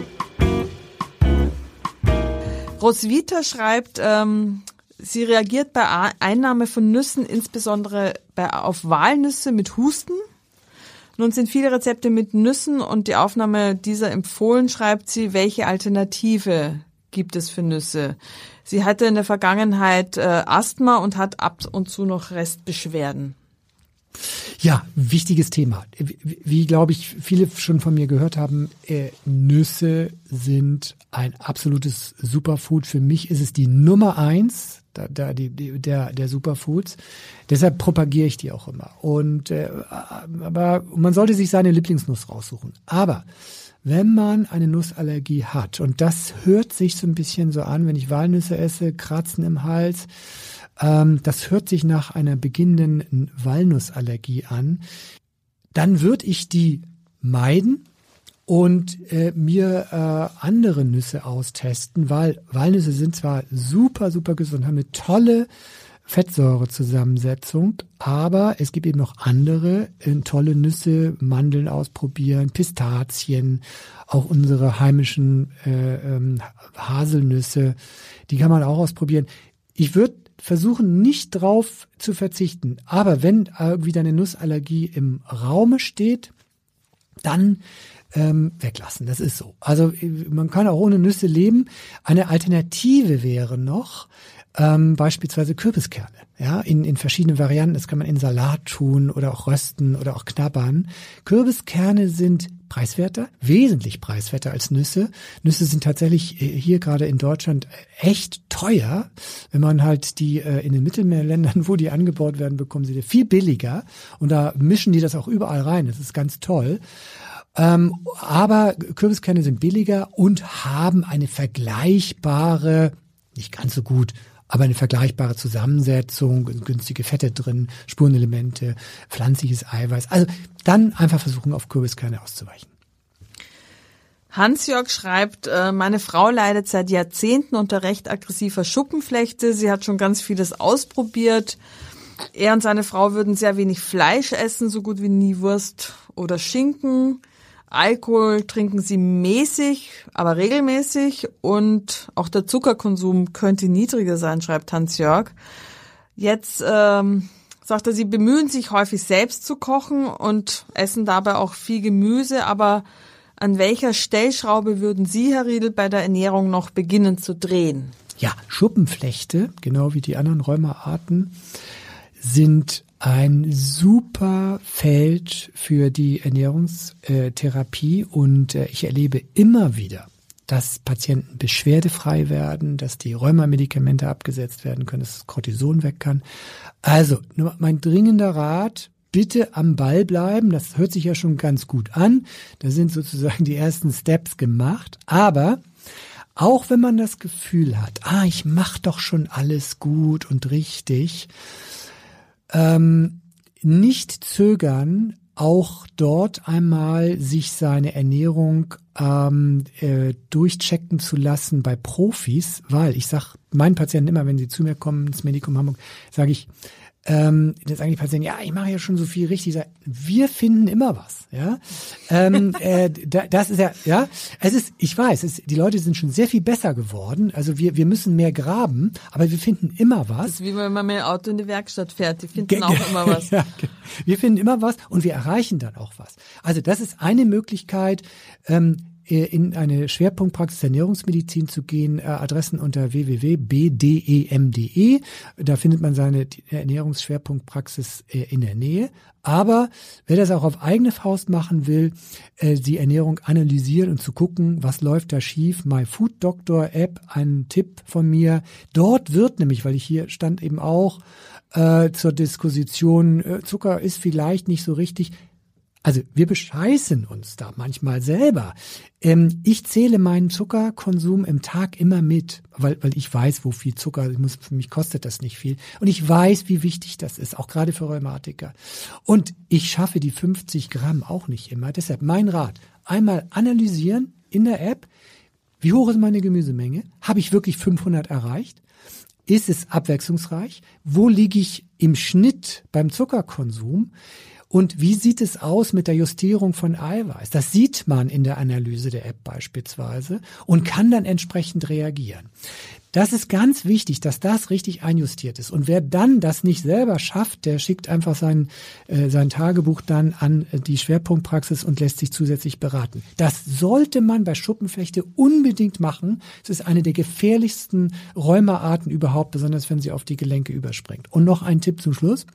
Roswitha schreibt, ähm, sie reagiert bei Einnahme von Nüssen, insbesondere bei, auf Walnüsse, mit Husten. Nun sind viele Rezepte mit Nüssen und die Aufnahme dieser empfohlen, schreibt sie. Welche Alternative gibt es für Nüsse? Sie hatte in der Vergangenheit äh, Asthma und hat ab und zu noch Restbeschwerden. Ja, wichtiges Thema. Wie, wie glaube ich, viele schon von mir gehört haben, äh, Nüsse sind ein absolutes Superfood. Für mich ist es die Nummer eins da, da, die, die, der, der Superfoods. Deshalb propagiere ich die auch immer. Und äh, aber man sollte sich seine Lieblingsnuss raussuchen. Aber wenn man eine Nussallergie hat, und das hört sich so ein bisschen so an, wenn ich Walnüsse esse, Kratzen im Hals, ähm, das hört sich nach einer beginnenden Walnussallergie an, dann würde ich die meiden und äh, mir äh, andere Nüsse austesten, weil Walnüsse sind zwar super, super gesund, haben eine tolle Fettsäurezusammensetzung, aber es gibt eben noch andere äh, tolle Nüsse, Mandeln ausprobieren, Pistazien, auch unsere heimischen äh, ähm, Haselnüsse, die kann man auch ausprobieren. Ich würde versuchen, nicht drauf zu verzichten, aber wenn äh, wieder eine Nussallergie im Raume steht, dann ähm, weglassen. Das ist so. Also man kann auch ohne Nüsse leben. Eine Alternative wäre noch, ähm, beispielsweise Kürbiskerne. Ja, in, in verschiedenen Varianten. Das kann man in Salat tun oder auch rösten oder auch knabbern. Kürbiskerne sind preiswerter, wesentlich preiswerter als Nüsse. Nüsse sind tatsächlich hier gerade in Deutschland echt teuer. Wenn man halt die äh, in den Mittelmeerländern, wo die angebaut werden, bekommen sie die viel billiger. Und da mischen die das auch überall rein. Das ist ganz toll. Ähm, aber Kürbiskerne sind billiger und haben eine vergleichbare, nicht ganz so gut, aber eine vergleichbare Zusammensetzung, günstige Fette drin, Spurenelemente, pflanzliches Eiweiß. Also dann einfach versuchen, auf Kürbiskerne auszuweichen. Hans-Jörg schreibt, äh, meine Frau leidet seit Jahrzehnten unter recht aggressiver Schuppenflechte. Sie hat schon ganz vieles ausprobiert. Er und seine Frau würden sehr wenig Fleisch essen, so gut wie nie Wurst oder Schinken. Alkohol trinken sie mäßig, aber regelmäßig, und auch der Zuckerkonsum könnte niedriger sein, schreibt Hans-Jörg. Jetzt ähm, sagt er, sie bemühen sich häufig selbst zu kochen und essen dabei auch viel Gemüse, aber an welcher Stellschraube würden Sie, Herr Riedl, bei der Ernährung noch beginnen zu drehen? Ja, Schuppenflechte, genau wie die anderen Rheumaarten, sind ein super Feld für die Ernährungstherapie, und ich erlebe immer wieder, dass Patienten beschwerdefrei werden, dass die Rheumamedikamente abgesetzt werden können, dass das Cortison weg kann. Also nur mein dringender Rat: Bitte am Ball bleiben. Das hört sich ja schon ganz gut an. Da sind sozusagen die ersten Steps gemacht. Aber auch wenn man das Gefühl hat, ah, ich mache doch schon alles gut und richtig, Ähm, nicht zögern, auch dort einmal sich seine Ernährung ähm, äh, durchchecken zu lassen bei Profis, weil ich sage meinen Patienten immer, wenn sie zu mir kommen ins Medikum Hamburg, sage ich, ähm, das sagen die Patienten, ja, ich mache ja schon so viel richtig. Sag, wir finden immer was, ja. Ähm, äh, da, das ist ja, ja. Es ist, ich weiß, es, die Leute sind schon sehr viel besser geworden. Also wir, wir müssen mehr graben, aber wir finden immer was. Das ist wie wenn man mit dem Auto in die Werkstatt fährt. Die finden auch immer was. Ja, wir finden immer was und wir erreichen dann auch was. Also das ist eine Möglichkeit, ähm, in eine Schwerpunktpraxis der Ernährungsmedizin zu gehen. Adressen unter w w w punkt b d e m punkt d e. Da findet man seine Ernährungsschwerpunktpraxis in der Nähe. Aber wer das auch auf eigene Faust machen will, die Ernährung analysieren und zu gucken, was läuft da schief. MyFoodDoctor-App, ein Tipp von mir. Dort wird nämlich, weil ich hier stand eben auch äh, zur Diskussion, äh, Zucker ist vielleicht nicht so richtig. Also wir bescheißen uns da manchmal selber. Ähm, ich zähle meinen Zuckerkonsum im Tag immer mit, weil, weil ich weiß, wo viel Zucker, ich muss, für mich kostet das nicht viel. Und ich weiß, wie wichtig das ist, auch gerade für Rheumatiker. Und ich schaffe die fünfzig Gramm auch nicht immer. Deshalb mein Rat, einmal analysieren in der App, wie hoch ist meine Gemüsemenge? Habe ich wirklich fünfhundert erreicht? Ist es abwechslungsreich? Wo liege ich im Schnitt beim Zuckerkonsum? Und wie sieht es aus mit der Justierung von Eiweiß? Das sieht man in der Analyse der App beispielsweise und kann dann entsprechend reagieren. Das ist ganz wichtig, dass das richtig einjustiert ist. Und wer dann das nicht selber schafft, der schickt einfach sein, äh, sein Tagebuch dann an die Schwerpunktpraxis und lässt sich zusätzlich beraten. Das sollte man bei Schuppenflechte unbedingt machen. Es ist eine der gefährlichsten Rheumaarten überhaupt, besonders wenn sie auf die Gelenke überspringt. Und noch ein Tipp zum Schluss.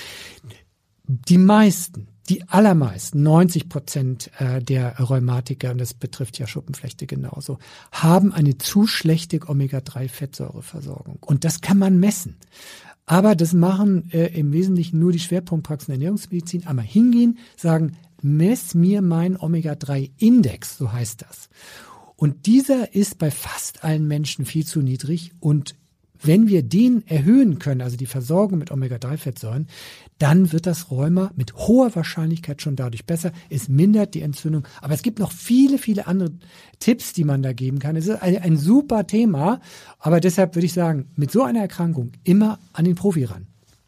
Die meisten, die allermeisten, neunzig Prozent der Rheumatiker, und das betrifft ja Schuppenflechte genauso, haben eine zu schlechte Omega drei Fettsäureversorgung. Und das kann man messen. Aber das machen äh, im Wesentlichen nur die Schwerpunktpraxen der Ernährungsmedizin. Einmal hingehen, sagen, mess mir meinen Omega drei Index, so heißt das. Und dieser ist bei fast allen Menschen viel zu niedrig, und wenn wir den erhöhen können, also die Versorgung mit Omega drei Fettsäuren, dann wird das Rheuma mit hoher Wahrscheinlichkeit schon dadurch besser. Es mindert die Entzündung. Aber es gibt noch viele, viele andere Tipps, die man da geben kann. Es ist ein, ein super Thema. Aber deshalb würde ich sagen, mit so einer Erkrankung immer an den Profi ran.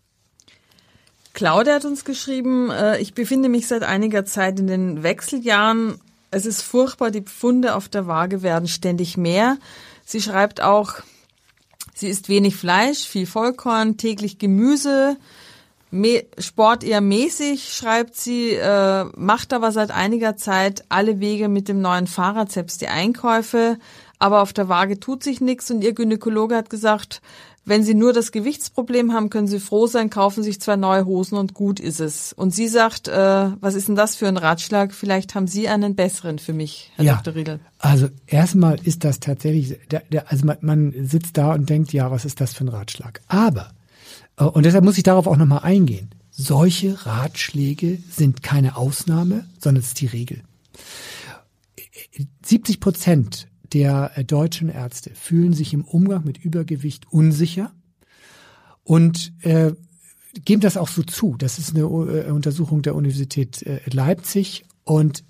Claudia hat uns geschrieben, äh, ich befinde mich seit einiger Zeit in den Wechseljahren. Es ist furchtbar, die Pfunde auf der Waage werden ständig mehr. Sie schreibt auch, sie isst wenig Fleisch, viel Vollkorn, täglich Gemüse, Sport eher mäßig, schreibt sie, äh, macht aber seit einiger Zeit alle Wege mit dem neuen Fahrrad, selbst die Einkäufe, aber auf der Waage tut sich nichts, und ihr Gynäkologe hat gesagt, wenn Sie nur das Gewichtsproblem haben, können Sie froh sein, kaufen sich zwei neue Hosen und gut ist es. Und sie sagt, äh, was ist denn das für ein Ratschlag? Vielleicht haben Sie einen besseren für mich, Herr ja, Doktor Riedel. Also erstmal ist das tatsächlich, der, der, also man, man sitzt da und denkt, ja, was ist das für ein Ratschlag? Aber, äh, und deshalb muss ich darauf auch nochmal eingehen, solche Ratschläge sind keine Ausnahme, sondern es ist die Regel. siebzig Prozent der deutschen Ärzte fühlen sich im Umgang mit Übergewicht unsicher und äh, geben das auch so zu. Das ist eine äh, Untersuchung der Universität äh, Leipzig und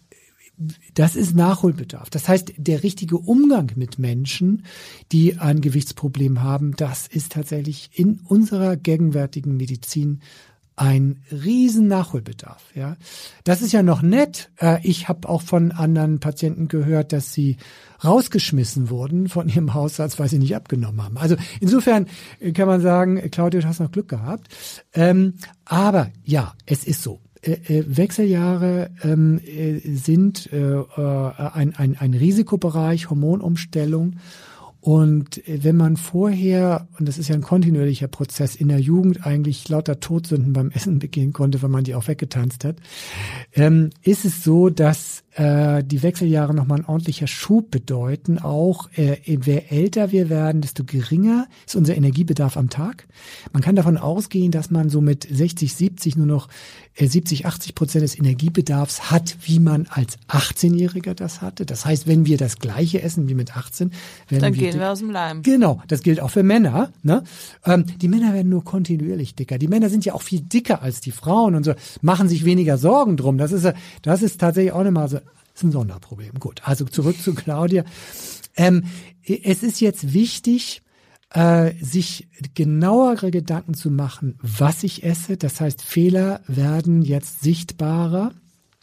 das ist Nachholbedarf. Das heißt, der richtige Umgang mit Menschen, die ein Gewichtsproblem haben, das ist tatsächlich in unserer gegenwärtigen Medizin ein riesen Nachholbedarf. Ja, das ist ja noch nett. Ich habe auch von anderen Patienten gehört, dass sie rausgeschmissen wurden von ihrem Hausarzt, weil sie nicht abgenommen haben. Also insofern kann man sagen, Claudia, du hast noch Glück gehabt. Ähm, aber ja, es ist so. Äh, Wechseljahre ähm, äh, sind äh, ein, ein, ein Risikobereich, Hormonumstellung. Und wenn man vorher, und das ist ja ein kontinuierlicher Prozess, in der Jugend eigentlich lauter Todsünden beim Essen begehen konnte, weil man die auch weggetanzt hat, ähm, ist es so, dass äh, die Wechseljahre nochmal ein ordentlicher Schub bedeuten. Auch äh, je älter wir werden, desto geringer ist unser Energiebedarf am Tag. Man kann davon ausgehen, dass man so mit sechzig, siebzig nur noch äh, siebzig, achtzig Prozent des Energiebedarfs hat, wie man als achtzehnjähriger das hatte. Das heißt, wenn wir das Gleiche essen wie mit achtzehn, werden Dann wir gehen wir aus dem Leim. Genau, das gilt auch für Männer. Ne? Ähm, die Männer werden nur kontinuierlich dicker. Die Männer sind ja auch viel dicker als die Frauen und so, machen sich weniger Sorgen drum. Das ist, das ist tatsächlich auch nochmal so, das ist ein Sonderproblem. Gut, also zurück zu Claudia. Ähm, es ist jetzt wichtig, äh, sich genauere Gedanken zu machen, was ich esse. Das heißt, Fehler werden jetzt sichtbarer.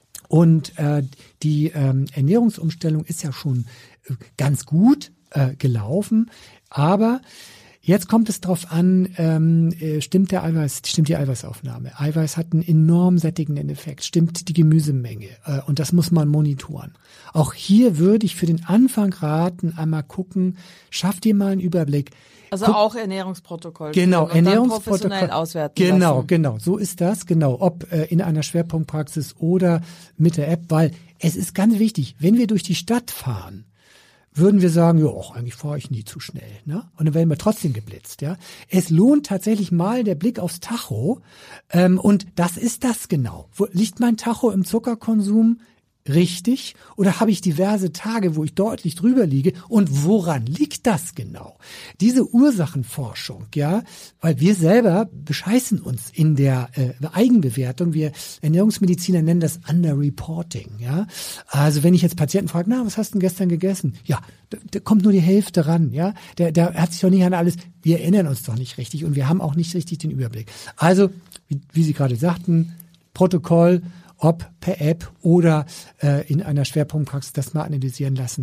Und äh, die ähm, Ernährungsumstellung ist ja schon äh, ganz gut äh, gelaufen, aber jetzt kommt es darauf an, ähm, äh, stimmt der Eiweiß, stimmt die Eiweißaufnahme. Eiweiß hat einen enorm sättigenden Effekt, stimmt die Gemüsemenge äh, und das muss man monitoren. Auch hier würde ich für den Anfang raten, einmal gucken, schafft ihr mal einen Überblick. Also Guck, auch Ernährungsprotokoll. Genau, und Ernährungsprotokoll. Dann professionell auswerten Genau, lassen. genau, so ist das, genau, ob äh, in einer Schwerpunktpraxis oder mit der App, weil es ist ganz wichtig, wenn wir durch die Stadt fahren, würden wir sagen, ja, auch eigentlich fahre ich nie zu schnell, ne? Und dann werden wir trotzdem geblitzt, ja. Es lohnt tatsächlich mal der Blick aufs Tacho, ähm, und das ist das genau. Wo liegt mein Tacho im Zuckerkonsum richtig oder habe ich diverse Tage, wo ich deutlich drüber liege und woran liegt das genau? Diese Ursachenforschung, ja, weil wir selber bescheißen uns in der äh, Eigenbewertung. Wir Ernährungsmediziner nennen das Underreporting, ja. Also wenn ich jetzt Patienten frage, na, was hast du denn gestern gegessen? Ja, da, da kommt nur die Hälfte ran, ja. Der, der hat sich doch nicht an alles, wir erinnern uns doch nicht richtig und wir haben auch nicht richtig den Überblick. Also, wie, wie Sie gerade sagten, Protokoll, ob per App oder äh, in einer Schwerpunktpraxis das mal analysieren lassen.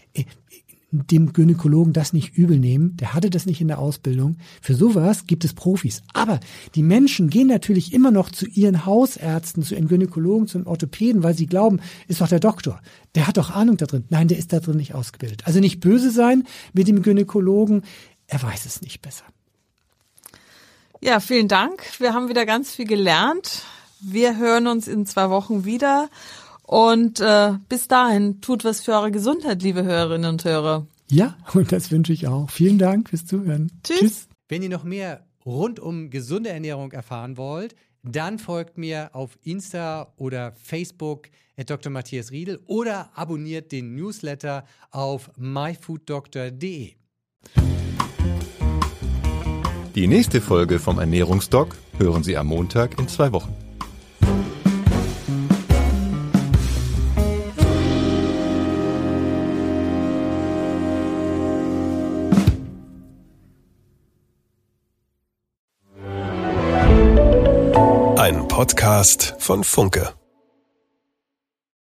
Dem Gynäkologen das nicht übel nehmen, der hatte das nicht in der Ausbildung. Für sowas gibt es Profis. Aber die Menschen gehen natürlich immer noch zu ihren Hausärzten, zu ihren Gynäkologen, zu den Orthopäden, weil sie glauben, ist doch der Doktor. Der hat doch Ahnung da drin. Nein, der ist da drin nicht ausgebildet. Also nicht böse sein mit dem Gynäkologen, er weiß es nicht besser. Ja, vielen Dank. Wir haben wieder ganz viel gelernt. Wir hören uns in zwei Wochen wieder und äh, bis dahin tut was für eure Gesundheit, liebe Hörerinnen und Hörer. Ja, und das wünsche ich auch. Vielen Dank fürs Zuhören. Tschüss. Tschüss. Wenn ihr noch mehr rund um gesunde Ernährung erfahren wollt, dann folgt mir auf Insta oder Facebook at Doktor Matthias Riedel oder abonniert den Newsletter auf my food doctor punkt de. Die nächste Folge vom Ernährungsdoc hören Sie am Montag in zwei Wochen. Ein Podcast von Funke.